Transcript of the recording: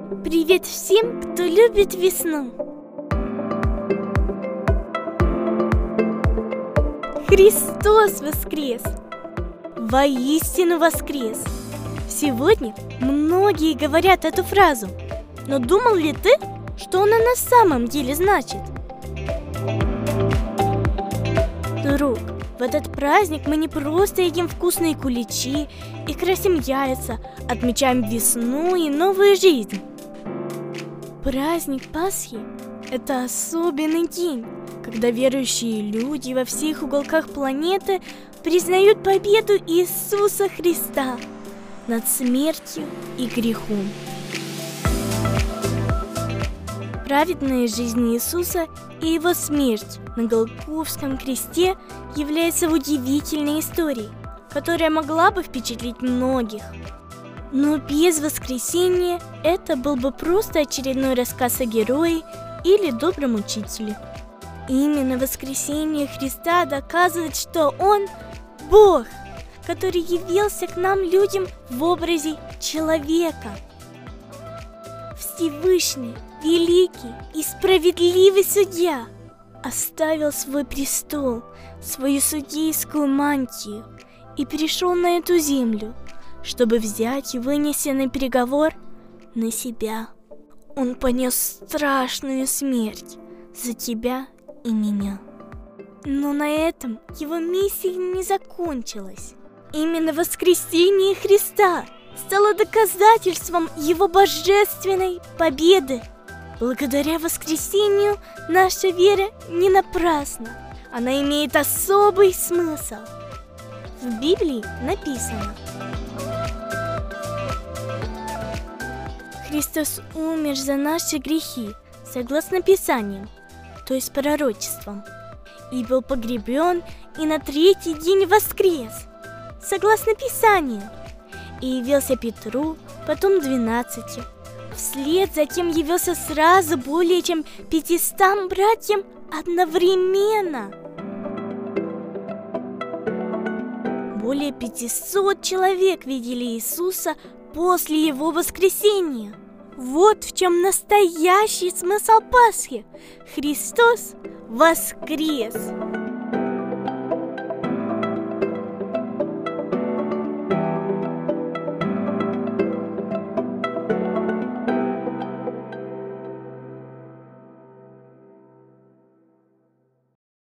Привет всем, кто любит весну! Христос воскрес! Воистину воскрес! Сегодня многие говорят эту фразу, но думал ли ты, что она на самом деле значит? Друг, в этот праздник мы не просто едим вкусные куличи и красим яйца, отмечаем весну и новую жизнь. Праздник Пасхи – это особенный день, когда верующие люди во всех уголках планеты признают победу Иисуса Христа над смертью и грехом. Праведная жизнь Иисуса и Его смерть на Голгофском кресте является удивительной историей, которая могла бы впечатлить многих. Но без воскресения это был бы просто очередной рассказ о герое или добром учителе. Именно воскресение Христа доказывает, что Он – Бог, который явился к нам, людям, в образе человека. Всевышний, великий и справедливый судья оставил свой престол, свою судейскую мантию и пришел на эту землю, чтобы взять вынесенный приговор на себя. Он понес страшную смерть за тебя и меня. Но на этом его миссия не закончилась. Именно воскресение Христа стало доказательством его божественной победы. Благодаря воскресению наша вера не напрасна. Она имеет особый смысл. В Библии написано: Христос умер за наши грехи, согласно Писаниям, то есть пророчествам, и был погребен, и на третий день воскрес, согласно Писанию, и явился Петру, потом 12. Вслед затем явился сразу более чем 500 братьям одновременно. Более 500 человек видели Иисуса после Его воскресения. Вот в чем настоящий смысл Пасхи. Христос воскрес!